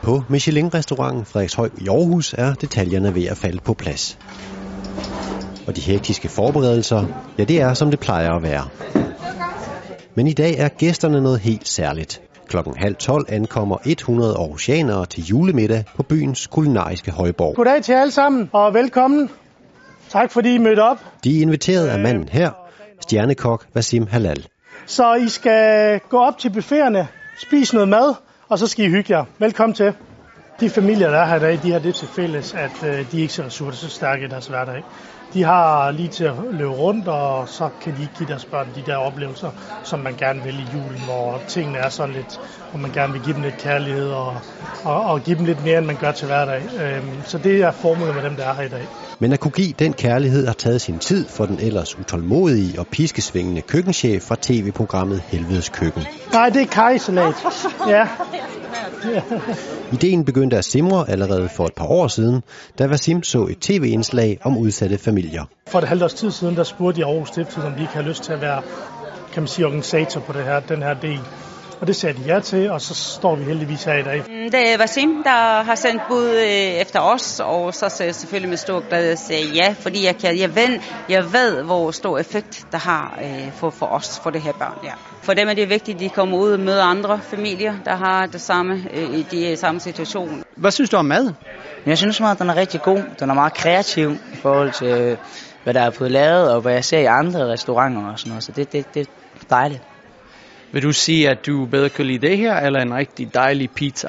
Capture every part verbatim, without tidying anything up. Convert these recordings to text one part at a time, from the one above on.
På Michelin-restauranten Frederikshøj i Aarhus er detaljerne ved at falde på plads. Og de hektiske forberedelser, ja, det er som det plejer at være. Men i dag er gæsterne noget helt særligt. Klokken halv tolv ankommer hundrede aarhusianere til julemiddag på byens kulinariske højborg. Goddag til alle sammen og velkommen. Tak fordi I mødte op. De er inviteret af manden her, stjernekok Wasim Hallal. Så I skal gå op til buffeterne, spise noget mad, og så skal I hygge jer. Velkommen til. De familier, der er her i dag, de har det til fælles, at øh, de er ikke så ressourcestærke i deres hverdag. De har lige til at løbe rundt, og så kan de give deres børn de der oplevelser, som man gerne vil i julen, hvor tingene er sådan lidt, hvor man gerne vil give dem lidt kærlighed og, og, og give dem lidt mere, end man gør til hverdag. Øhm, så det er formålet med dem, der er her i dag. Men at kunne give den kærlighed har taget sin tid for den ellers utålmodige og piskesvingende køkkenchef fra tv-programmet Helvedes Køkken. Nej, det er karrysalat. Ja. Ja. Ideen begyndte at simre allerede for et par år siden, da Wasim så et tv-indslag om udsatte familier. For et halvt års tid siden, der spurgte jeg Aarhus Stiftstidende, om de ikke har lyst til at være, kan man sige, organisator på det her, den her del. Og det sagde de ja til, og så står vi heldigvis her i dag. Det er Wasim, der har sendt bud efter os, og så sagde jeg selvfølgelig med stor glæde sagde ja, fordi jeg, kan, jeg, ved, jeg ved, hvor stor effekt der har øh, for, for os, for det her børn. Ja. For dem er det vigtigt, at de kommer ud og møder andre familier, der har det samme, øh, de er i samme situation. Hvad synes du om mad? Jeg synes at den er rigtig god. Den er meget kreativ i forhold til, hvad der er blevet lavet, og hvad jeg ser i andre restauranter og sådan noget. Så det, det, det er dejligt. Vil du sige, at du bedre kan lide det her, eller en rigtig dejlig pizza?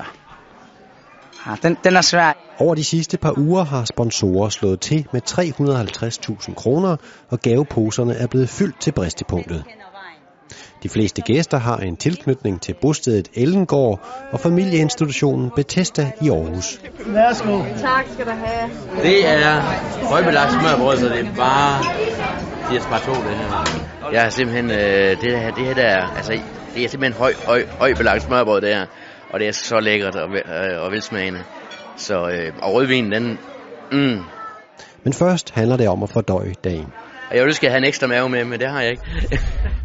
Ja, den, den er svær. Over de sidste par uger har sponsorer slået til med tre hundrede og halvtreds tusind kroner, og gaveposerne er blevet fyldt til bristepunktet. De fleste gæster har en tilknytning til bostedet Ellengård og familieinstitutionen Bethesda i Aarhus. Værsgo. Tak skal du have. Det er højbelagt smørbrød, så det er bare de er spart to, det her. Jeg har simpelthen, øh, det her, det her der, altså, det er simpelthen høj, høj, højbelagt smørbrød, det her. Og det er så lækkert og, øh, og velsmagende. Så, øh, og rødvinen, den, mm. Men først handler det om at fordøje dagen. Jeg ville skal have en ekstra mave med, men det har jeg ikke.